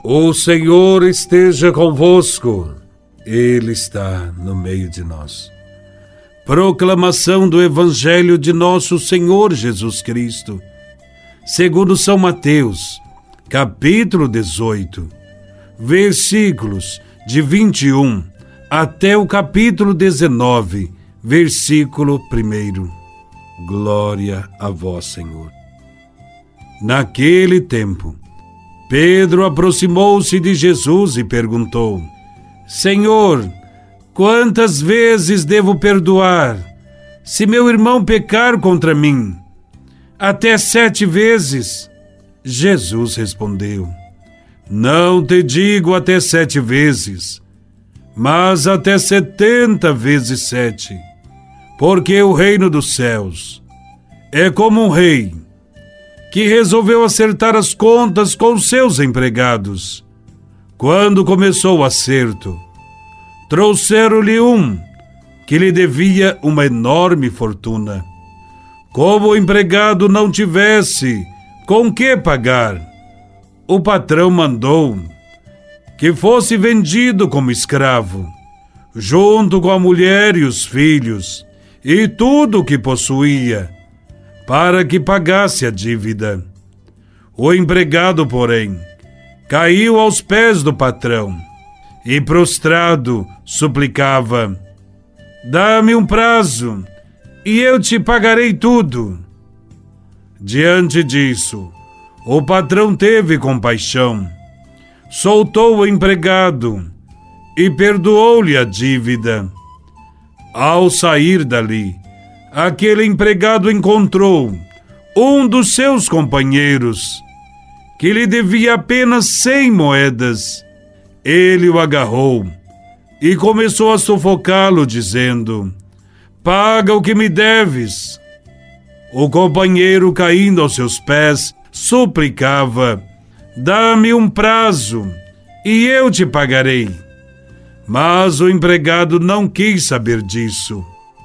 O Senhor esteja convosco. Ele está no meio de nós. Proclamação do Evangelho de nosso Senhor Jesus Cristo, segundo São Mateus, capítulo 18, versículos de 21 até o capítulo 19, versículo 1. Glória a vós, Senhor. Naquele tempo, Pedro aproximou-se de Jesus e perguntou: Senhor, quantas vezes devo perdoar, se meu irmão pecar contra mim? Até 7 vezes? Jesus respondeu: Não te digo até 7 vezes, mas até 70 vezes 7. Porque o reino dos céus é como um rei que resolveu acertar as contas com seus empregados. Quando começou o acerto, trouxeram-lhe um que lhe devia uma enorme fortuna. Como o empregado não tivesse com que pagar, o patrão mandou que fosse vendido como escravo, junto com a mulher e os filhos, e tudo o que possuía, para que pagasse a dívida. O empregado, porém, caiu aos pés do patrão e, prostrado, suplicava: Dá-me um prazo e eu te pagarei tudo. Diante disso, o patrão teve compaixão, soltou o empregado e perdoou-lhe a dívida. Ao sair dali, aquele empregado encontrou um dos seus companheiros, que lhe devia apenas 100 moedas. Ele o agarrou e começou a sufocá-lo, dizendo: Paga o que me deves. O companheiro, caindo aos seus pés, suplicava: Dá-me um prazo e eu te pagarei. Mas o empregado não quis saber disso.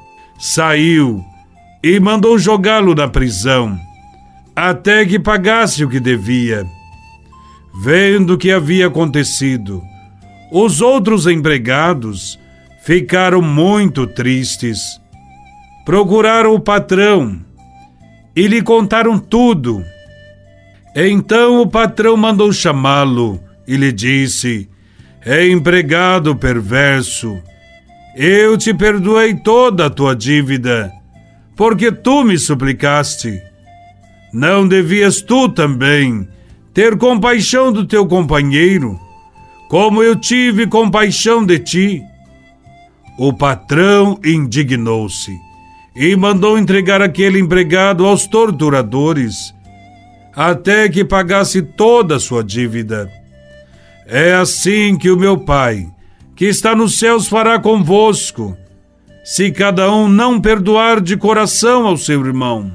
Saiu e mandou jogá-lo na prisão, até que pagasse o que devia. Vendo o que havia acontecido, os outros empregados ficaram muito tristes. Procuraram o patrão e lhe contaram tudo. Então o patrão mandou chamá-lo e lhe disse: Empregado perverso, eu te perdoei toda a tua dívida, porque tu me suplicaste. Não devias tu também ter compaixão do teu companheiro, como eu tive compaixão de ti? O patrão indignou-se e mandou entregar aquele empregado aos torturadores, até que pagasse toda a sua dívida. É assim que o meu Pai, que está nos céus, fará convosco, se cada um não perdoar de coração ao seu irmão.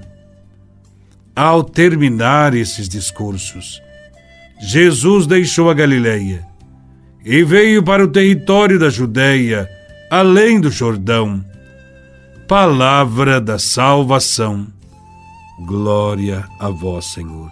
Ao terminar esses discursos, Jesus deixou a Galileia e veio para o território da Judeia, além do Jordão. Palavra da salvação. Glória a vós, Senhor.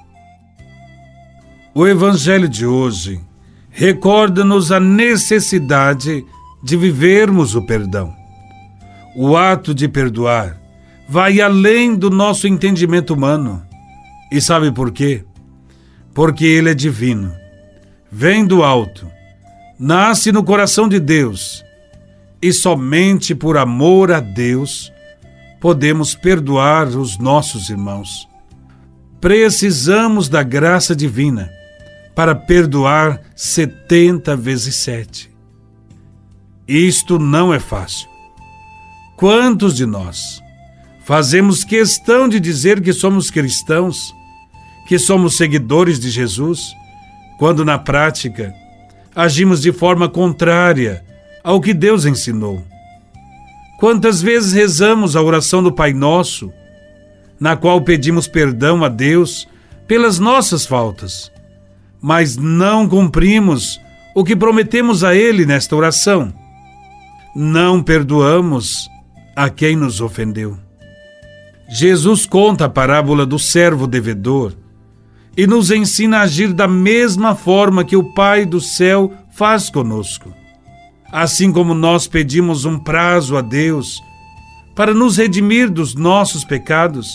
O Evangelho de hoje recorda-nos a necessidade de vivermos o perdão. O ato de perdoar vai além do nosso entendimento humano. E sabe por quê? Porque ele é divino, vem do alto, nasce no coração de Deus, e somente por amor a Deus podemos perdoar os nossos irmãos. Precisamos da graça divina para perdoar 70 vezes 7. Isto não é fácil. Quantos de nós fazemos questão de dizer que somos cristãos, que somos seguidores de Jesus, quando na prática agimos de forma contrária ao que Deus ensinou? Quantas vezes rezamos a oração do Pai Nosso, na qual pedimos perdão a Deus pelas nossas faltas, mas não cumprimos o que prometemos a Ele nesta oração? Não perdoamos a quem nos ofendeu. Jesus conta a parábola do servo devedor e nos ensina a agir da mesma forma que o Pai do céu faz conosco. Assim como nós pedimos um prazo a Deus para nos redimir dos nossos pecados,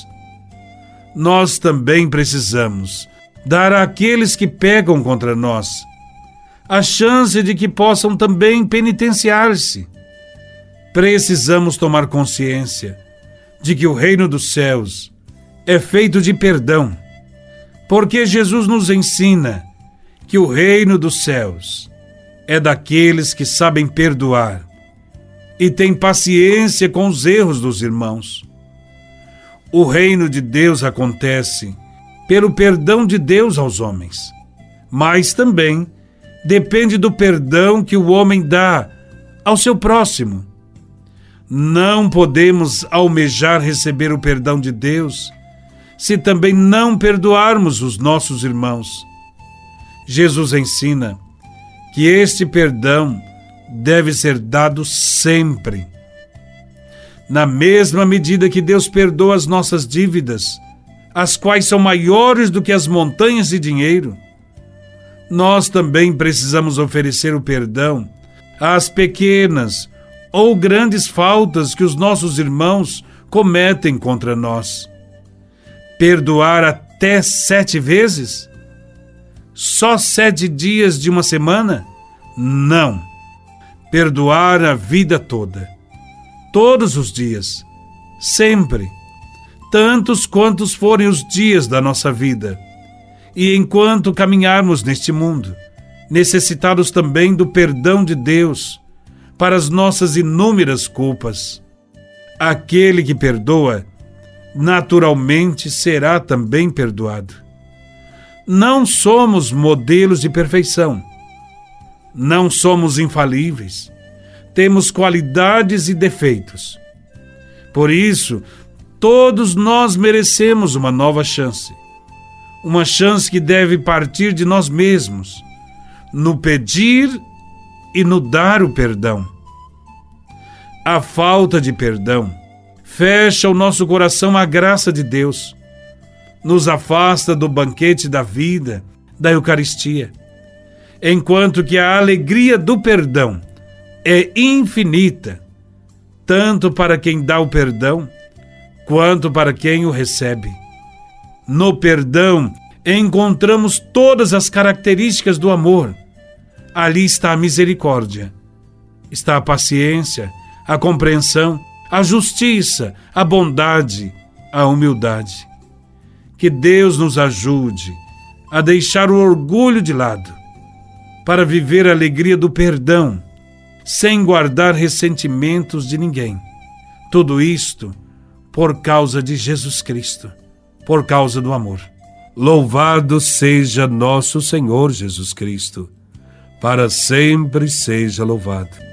nós também precisamos dar àqueles que pecam contra nós a chance de que possam também penitenciar-se. Precisamos tomar consciência de que o reino dos céus é feito de perdão, porque Jesus nos ensina que o reino dos céus é daqueles que sabem perdoar e têm paciência com os erros dos irmãos. O reino de Deus acontece pelo perdão de Deus aos homens, mas também depende do perdão que o homem dá ao seu próximo. Não podemos almejar receber o perdão de Deus se também não perdoarmos os nossos irmãos. Jesus ensina que este perdão deve ser dado sempre. Na mesma medida que Deus perdoa as nossas dívidas, as quais são maiores do que as montanhas de dinheiro, nós também precisamos oferecer o perdão às pequenas ou grandes faltas que os nossos irmãos cometem contra nós. Perdoar até 7 vezes? Só 7 dias de uma semana? Não. Perdoar a vida toda. Todos os dias. Sempre. Tantos quantos forem os dias da nossa vida. E enquanto caminharmos neste mundo, necessitados também do perdão de Deus para as nossas inúmeras culpas. Aquele que perdoa, naturalmente será também perdoado. Não somos modelos de perfeição. Não somos infalíveis. Temos qualidades e defeitos. Por isso, todos nós merecemos uma nova chance. Uma chance que deve partir de nós mesmos, no pedir e no dar o perdão. A falta de perdão fecha o nosso coração à graça de Deus, nos afasta do banquete da vida, da Eucaristia, enquanto que a alegria do perdão é infinita, tanto para quem dá o perdão, quanto para quem o recebe. No perdão encontramos todas as características do amor. Ali está a misericórdia, está a paciência, a compreensão, a justiça, a bondade, a humildade. Que Deus nos ajude a deixar o orgulho de lado, para viver a alegria do perdão, sem guardar ressentimentos de ninguém. Tudo isto por causa de Jesus Cristo, por causa do amor. Louvado seja nosso Senhor Jesus Cristo, para sempre seja louvado.